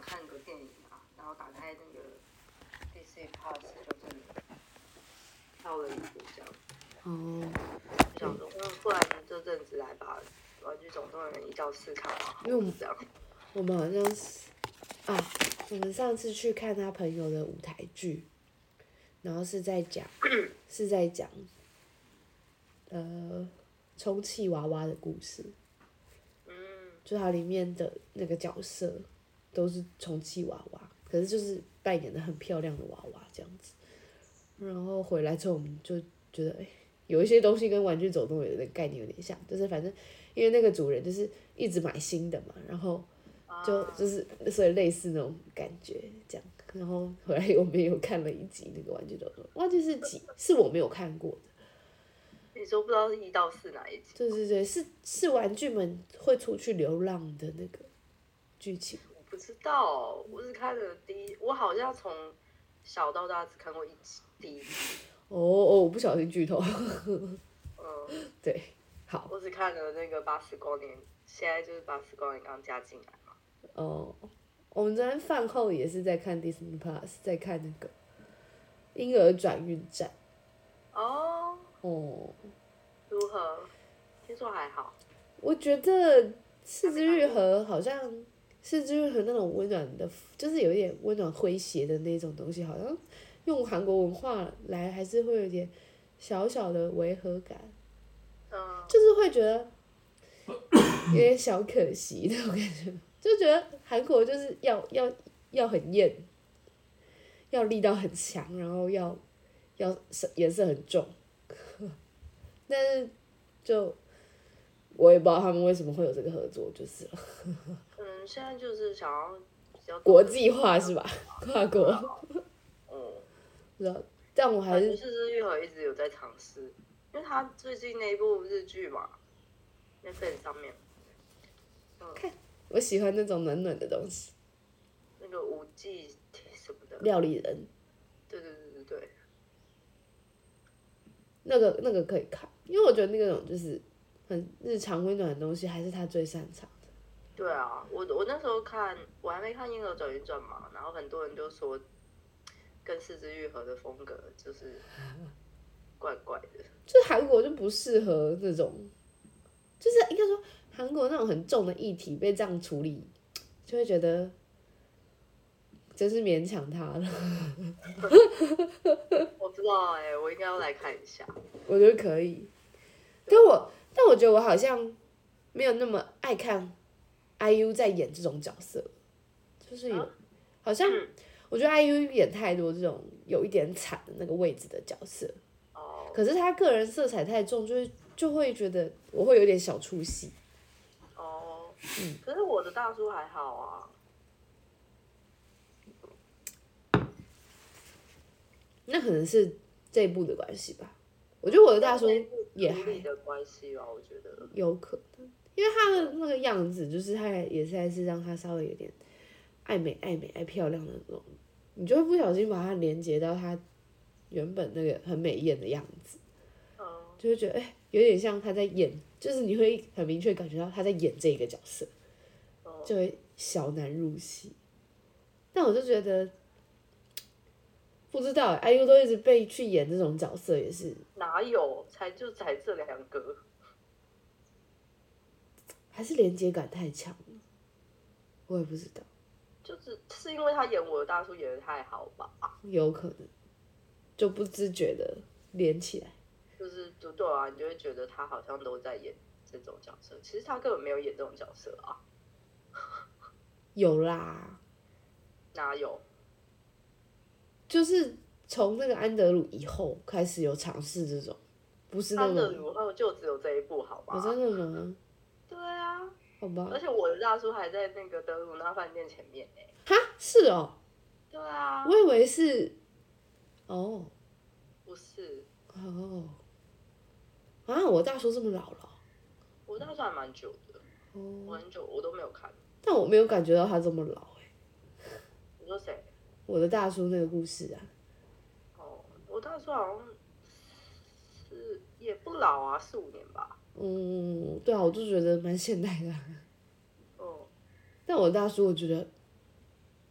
看个电影啊，然后打开那个 Disney Plus 就是挑了一部这样。我想说，不然这阵子来把《玩具总动员》1到4看完， 因为我们这样。 我们好像是我们上次去看他朋友的舞台剧，然后是在讲充气娃娃的故事。就它里面的那个角色都是充气娃娃，可是就是扮演的很漂亮的娃娃这样子。然后回来之后，我们就觉得，有一些东西跟《玩具总动员》的概念有点像，就是反正因为那个主人就是一直买新的嘛，然后就是所以类似那种感觉这样。然后回来我们也有看了一集那个《玩具总动员》，忘记是几，是我没有看过的。 你说不知道是1到4哪一集？ 对，是玩具们会出去流浪的那个剧情。 我不知道，我只看了我好像从小到大只看过第一集。 我不小心剧透。对，好。 我只看了那个巴斯光年，现在就是巴斯光年刚加进来嘛。 我们昨天饭后也是在看 Disney Plus， 在看那个婴儿转运站。 如何？听说还好。 我觉得四肢愈合好像四肢愈合那种温暖的，就是有一点温暖诙谐的那种东西，好像用韩国文化来还是会有点小小的违和感。就是会觉得有点小可惜那种感觉，就觉得韩国就是要很艳，要力道很强，然后要颜色很重，但是就我也不知道他们为什么会有这个合作，就是了。 现在就是想要比较国际化是吧？跨国。不知道，但我还是四肢愈合一直有在尝试，因为他最近那一部日剧嘛，Netflix 上面。 看，我喜欢那种暖暖的东西。 那个无忌什么的。 料理人。 对。 那个可以看，因为我觉得那种就是很日常温暖的东西，还是他最擅长的。 对啊，我那时候看，我还没看《婴儿转运站》嘛，然后很多人就说，跟四肢愈合的风格就是怪怪的。 就韩国就不适合那种，就是应该说韩国那种很重的议题被这样处理，就会觉得真是勉强他了。 我知道我应该要来看一下。 我觉得可以，但我觉得我好像没有那么爱看 IU 在演这种角色，就是好像我觉得 IU 演太多这种有一点惨的那个位置的角色。可是他个人色彩太重，就会觉得我会有点小出戏。 可是我的大叔还好啊。 那可能是这一部的关系吧。我觉得我的大叔也还的关系吧，我觉得有可能，因为他的那个样子，就是他也是让他稍微有点爱美爱漂亮的那种，你就会不小心把他连接到他原本那个很美艳的样子，就会觉得有点像他在演，就是你会很明确感觉到他在演这个角色，就会小难入戏。但我就觉得。不知道IU 都一直被去演这种角色，也是哪有才这2个， 还是连接感太强了，我也不知道， 是因为他演我的大叔演的太好吧？ 有可能就不自觉的连起来， 就对啊，你就会觉得他好像都在演这种角色，其实他根本没有演这种角色啊。 有啦， 哪有？ 就是从那个安德鲁以后开始有尝试这种，不是那种。 安德鲁后就只有这一部，好吧？ 真的吗？ 对啊。 好吧。 而且我的大叔还在那个德鲁纳饭店前面呢。 哈，是哦。 对啊。 我以为是。 不是。 我大叔这么老了。 我大叔还蛮久的。我很久我都没有看。 但我没有感觉到他这么老你说谁？ 我的大叔那个故事啊。 我大叔好像是也不老啊，4、5年吧。 对啊，我就觉得蛮现代的。但我大叔我觉得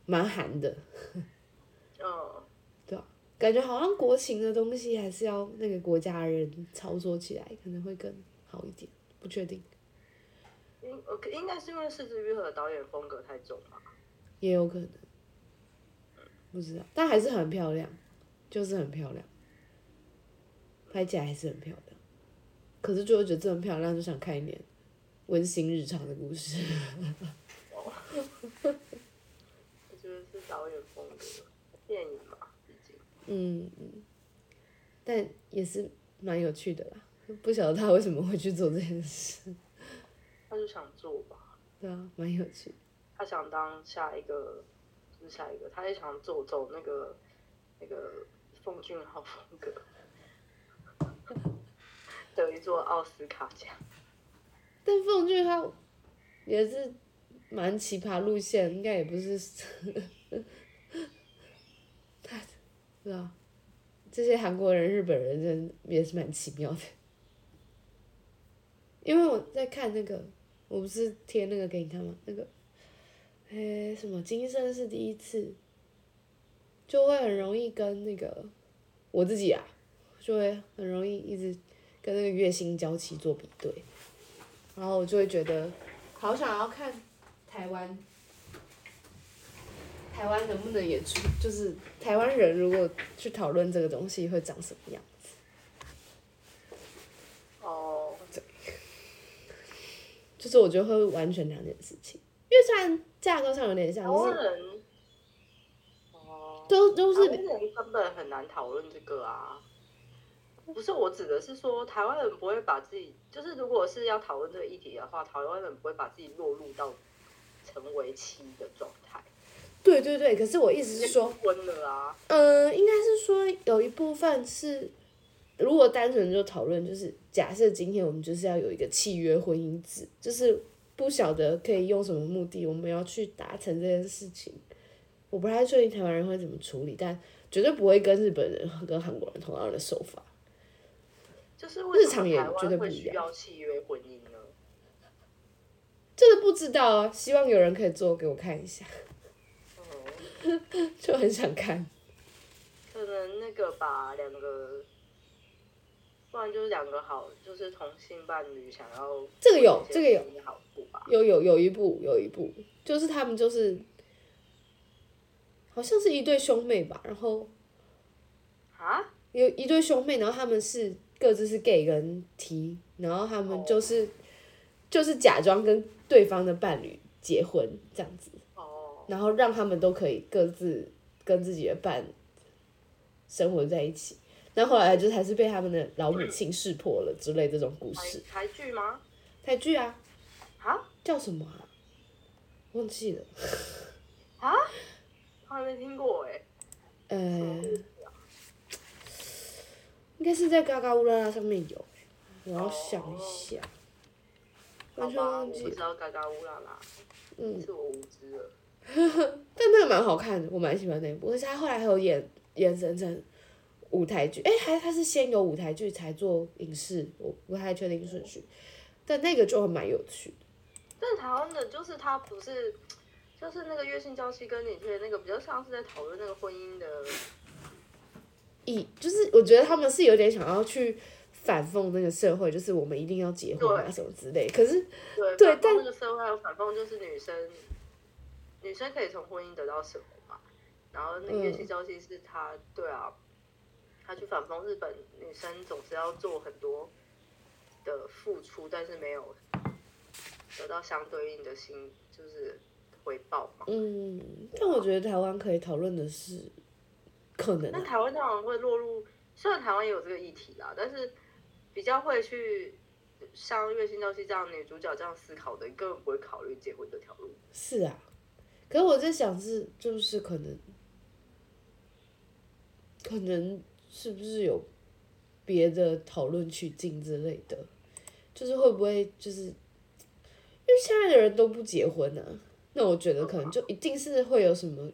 蛮韩的， 嗯， 对啊，感觉好像国情的东西还是要那个国家人操作起来可能会更好一点，不确定。 应该是因为四之愈合的导演风格太重嘛。 也有可能，不知道，但还是很漂亮，就是很漂亮，拍起来还是很漂亮。可是就会觉得这么漂亮，就想看一点温馨日常的故事。 我觉得是导演风格，电影嘛，毕竟。 但也是蛮有趣的啦，不晓得他为什么会去做这件事。 他就想做吧。 对啊，蛮有趣。 他想当下一个，就是下一个，他也想走那个奉俊昊风格，得一座奥斯卡奖。 但奉俊昊也是蛮奇葩路线，应该也不是，对啊，这些韩国人、日本人真也是蛮奇妙的。因为我在看那个，我不是贴那个给你看吗？那个，什么今生是第一次，就会很容易跟那个我自己啊，就会很容易一直跟那个月薪娇妻做比对，然后我就会觉得好想要看台湾能不能也出，就是台湾人如果去讨论这个东西会长什么样子。 哦。 就是我觉得会完全两件事情，因为虽然架构上有点像， 台湾人， 都是台湾人根本很难讨论这个啊。不是，我指的是说，台湾人不会把自己，就是如果是要讨论这个议题的话，台湾人不会把自己落入到成为妻的状态。 对对对，可是我意思是说， 婚了啊。 应该是说有一部分是，如果单纯就讨论，就是假设今天我们就是要有一个契约婚姻制，就是不晓得可以用什么目的，我们要去达成这件事情。我不太确定台湾人会怎么处理，但绝对不会跟日本人跟韩国人同样的手法。 就是为什么台湾会需要契约婚姻呢？ 这个不知道啊，希望有人可以做给我看一下。就很想看。 可能那个吧，两个，不然就是两个好，就是同性伴侣想要这个有好处吧。 有一部，就是他们就是好像是一对兄妹吧，然后有一对兄妹，然后他们是各自是 gay 跟 T， 然后他们就是假装跟对方的伴侣结婚这样子，然后让他们都可以各自跟自己的伴生活在一起，然后后来就是还是被他们的老母亲识破了之类这种故事。 台剧吗？ 台剧啊。叫什么啊？忘记了。 还没听过应该是在嘎嘎乌拉拉上面有，我要想一下。完全忘记。 我不知道嘎嘎乌拉拉。是我无知了。 但那个蛮好看的，我蛮喜欢那部，而且他后来还有衍生成舞台剧，他是先有舞台剧才做影视，我不太确定顺序，但那个就蛮有趣的。 但台湾的就是他不是，就是那个月薪娇妻跟你贴的那个比较像是在讨论那个婚姻的。 就是我觉得他们是有点想要去反讽那个社会，就是我们一定要结婚啊什么之类。可是对，但那个社会还有反讽，就是女生可以从婚姻得到什么嘛？然后那个月薪娇妻是她，对啊，她去反讽日本女生总是要做很多的付出，但是没有得到相对应的就是回报嘛。 但我觉得台湾可以讨论的是。可能。 但台湾当然会落入，虽然台湾也有这个议题啦，但是比较会去像月薪娇妻这样女主角这样思考的，根本不会考虑结婚这条路。 是啊，可是我在想就是可能是不是有别的讨论取径之类的，就是会不会就是因为现在的人都不结婚啊，那我觉得可能就一定是会有什么。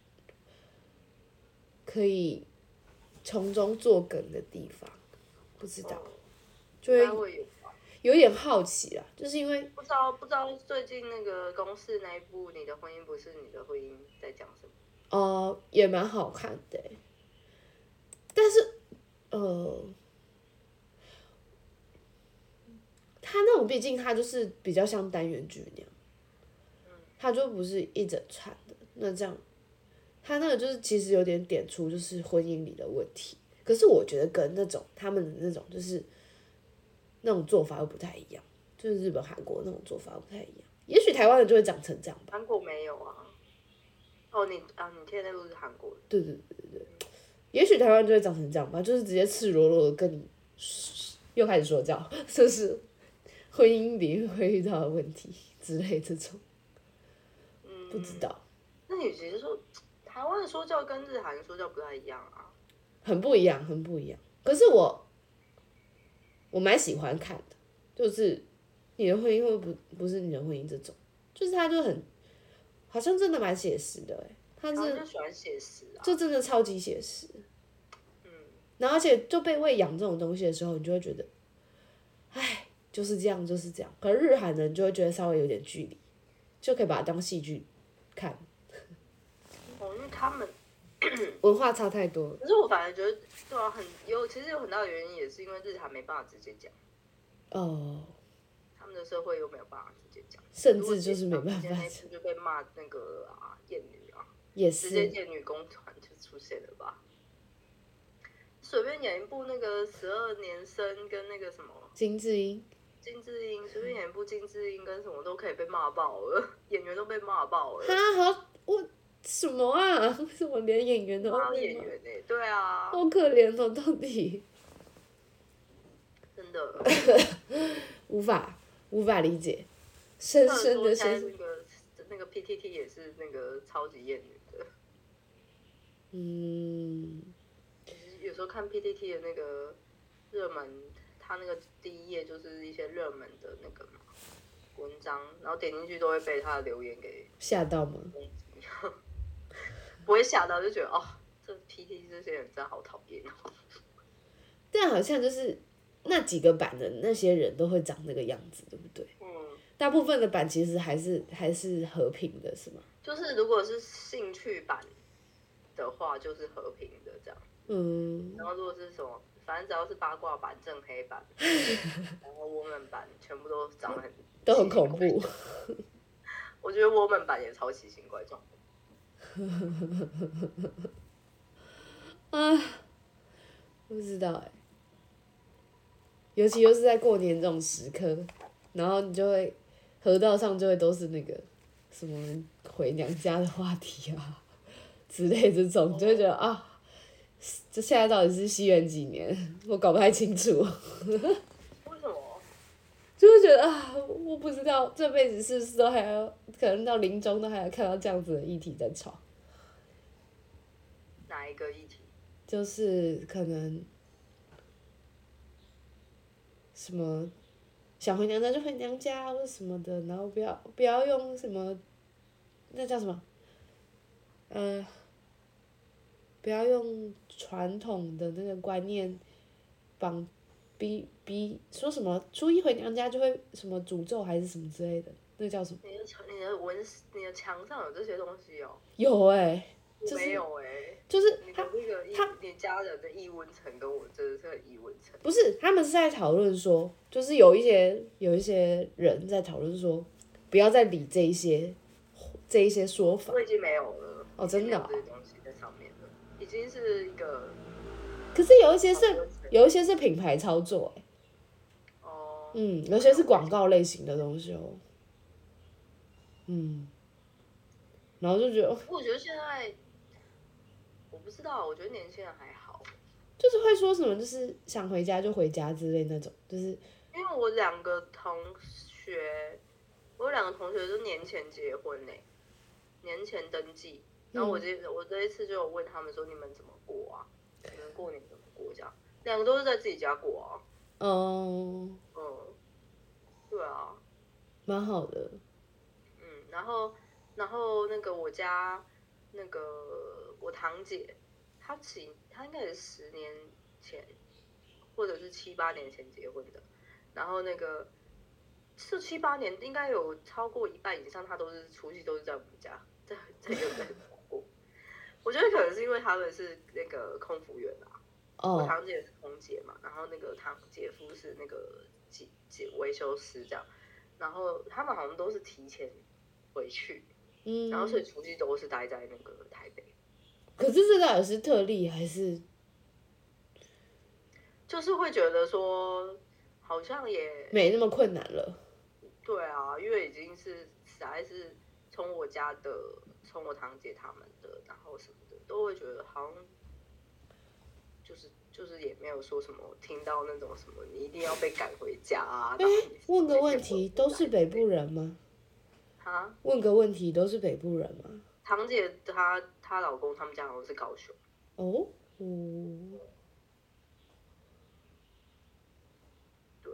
可以从中作梗的地方，不知道，就会有点好奇啦，就是因为不知道最近那个公视那一部《你的婚姻不是你的婚姻》在讲什么？ 也蛮好看的欸，但是它那种毕竟它就是比较像单元剧那样，它就不是一整串的，那这样，它那个就是其实有点点出就是婚姻里的问题，可是我觉得跟那种他们的那种就是那种做法又不太一样，就是日本、韩国那种做法又不太一样，也许台湾的就会长成这样吧。 韩国没有啊。哦，你贴的那部是韩国的。 对对对对对，也许台湾就会长成这样吧，就是直接赤裸裸的跟你又开始说教，就是婚姻里会遇到的问题之类这种，不知道， 那你其实说台湾的说教跟日韩的说教不太一样啊。 很不一样，很不一样。可是我蛮喜欢看的，就是你的婚姻会不是你的婚姻这种，就是他就很好像真的蛮写实的哎，他就喜欢写实啊。 就真的超级写实。然后而且就被喂养这种东西的时候，你就会觉得，唉，就是这样，就是这样。可是日韩人就会觉得稍微有点距离，就可以把它当戏剧看。 因为他们文化差太多了。 可是我反而觉得，对啊，其实有很大的原因也是因为日韩没办法直接讲。他们的社会又没有办法直接讲， 甚至就是没办法讲。那次就被骂那个厌女啊， 也是直接厌女公团就出现了吧。随便演一部那个12年生跟那个什么金智英， 随便演一部金智英跟什么都可以被骂爆了，演员都被骂爆了。 我什么啊？为什么连演员都被骂？ 演员欸，对啊， 好可怜哦，到底。 真的无法理解，深深的那个 PTT 也是那个超级厌女的。有时候看 PTT 的那个热门，它那个第一页就是一些热门的那个文章，然后点进去都会被他的留言给吓到吗？ 不会吓到，就觉得这 PTT 这些人真的好讨厌哦。 但好像就是那几个版的那些人都会长那个样子，对不对？大部分的版其实还是和平的，是吗？ 就是如果是兴趣版的话，就是和平的这样。然后如果是什么，反正只要是八卦版、正黑版，然后 woman 版，全部都长得都很恐怖。 我觉得 woman 版也超奇形怪状。 不知道哎，尤其又是在过年这种时刻，然后你就会河道上就会都是那个什么回娘家的话题啊之类这种，就会觉得这现在到底是西元几年，我搞不太清楚。 为什么？ 就会觉得我不知道这辈子是不是都还要，可能到临终都还要看到这样子的议题在吵。 哪一个议题？ 就是可能什么想回娘家就回娘家或者什么的，然后不要用什么那叫什么不要用传统的那个观念说什么初一回娘家就会什么诅咒还是什么之类的，那叫什么？ 你的墙上有这些东西哦？ 有就是没有就是你家人的异温层跟我真的是很异温层。 不是，他们是在讨论说，就是有一些人在讨论说，不要再理这一些说法。 我已经没有了。 真的。 这些东西在上面了，已经是一个。 可是有一些是品牌操作有些是广告类型的东西然后就觉得。 我觉得现在。我不知道，我觉得年轻人还好， 就是会说什么，就是想回家就回家之类那种，就是。 因为我有两个同学都年前结婚年前登记，然后我这一次就有问他们说你们怎么过啊？你们过年怎么过这样？两个都是在自己家过啊。对啊。 蛮好的。 然后那个我家那个我堂姐，她应该也是10年前，或者是7、8年前结婚的。 然后那个是7、8年，应该有超过一半以上，他都是除夕都是在我们家，在有在过。我觉得可能是因为他们是那个空服员啊，我堂姐是空姐嘛，然后那个姐夫是那个维修师这样，然后他们好像都是提前回去，然后所以除夕都是待在那个台北。 可是这到底是特例还是？ 就是会觉得说，好像也没那么困难了。 对啊，因为已经是实在是从我家的，从我堂姐他们的，然后什么的，都会觉得好像就是也没有说什么听到那种什么你一定要被赶回家啊。 问个问题，都是北部人吗？ 啊？ 问个问题，都是北部人吗？ 堂姐她老公他们家好像是高雄。 哦， 对，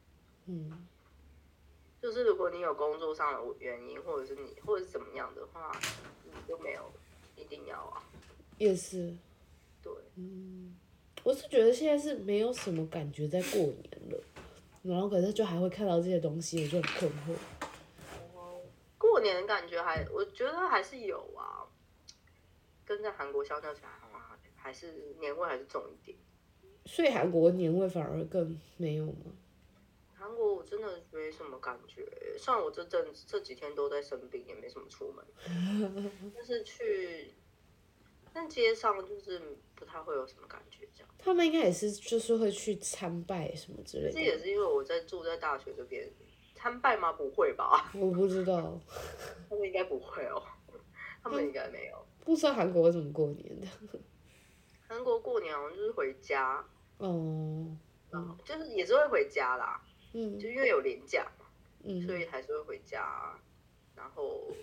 就是如果你有工作上的原因，或者是怎么样的话，你就没有一定要啊。 也是。 对。 我是觉得现在是没有什么感觉在过年了，然后可是就还会看到这些东西，我就很困惑。 过年的感觉我觉得还是有啊，跟在韩国相较起来，还是年味还是重一点。 所以韩国年味反而更没有吗？ 韩国我真的没什么感觉，虽然我这几天都在生病，也没什么出门，但是但街上就是不太会有什么感觉这样。 他们应该也是就是会去参拜什么之类的。 这也是因为我住在大学这边，参拜吗？不会吧？ 我不知道。 他们应该不会哦，他们应该没有。 不知道韩国怎么过年的。 韩国过年好像就是回家。 哦。 就是也是会回家啦。就因为有连假嘛，所以还是会回家。然后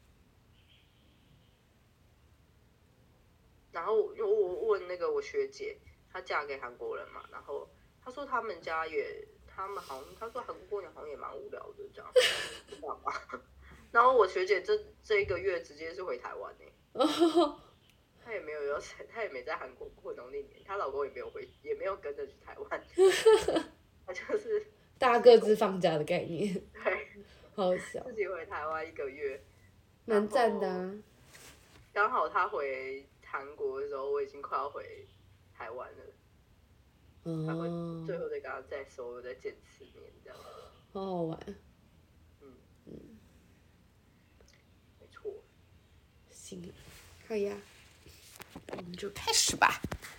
我问那个我学姐，她嫁给韩国人嘛，然后她说他们好像她说韩国过年好像也蛮无聊的这样，然后我学姐这一个月直接是回台湾她也没在韩国过农历年，她老公也没有跟着去台湾，她就是大家各自放假的概念。 对， 好笑。 自己回台湾1个月， 蛮赞的啊。 刚好他回韩国的时候，我已经快要回台湾了。他会最后再收再见次面这样。 好好玩。 没错。 行，好呀，我们就开始吧。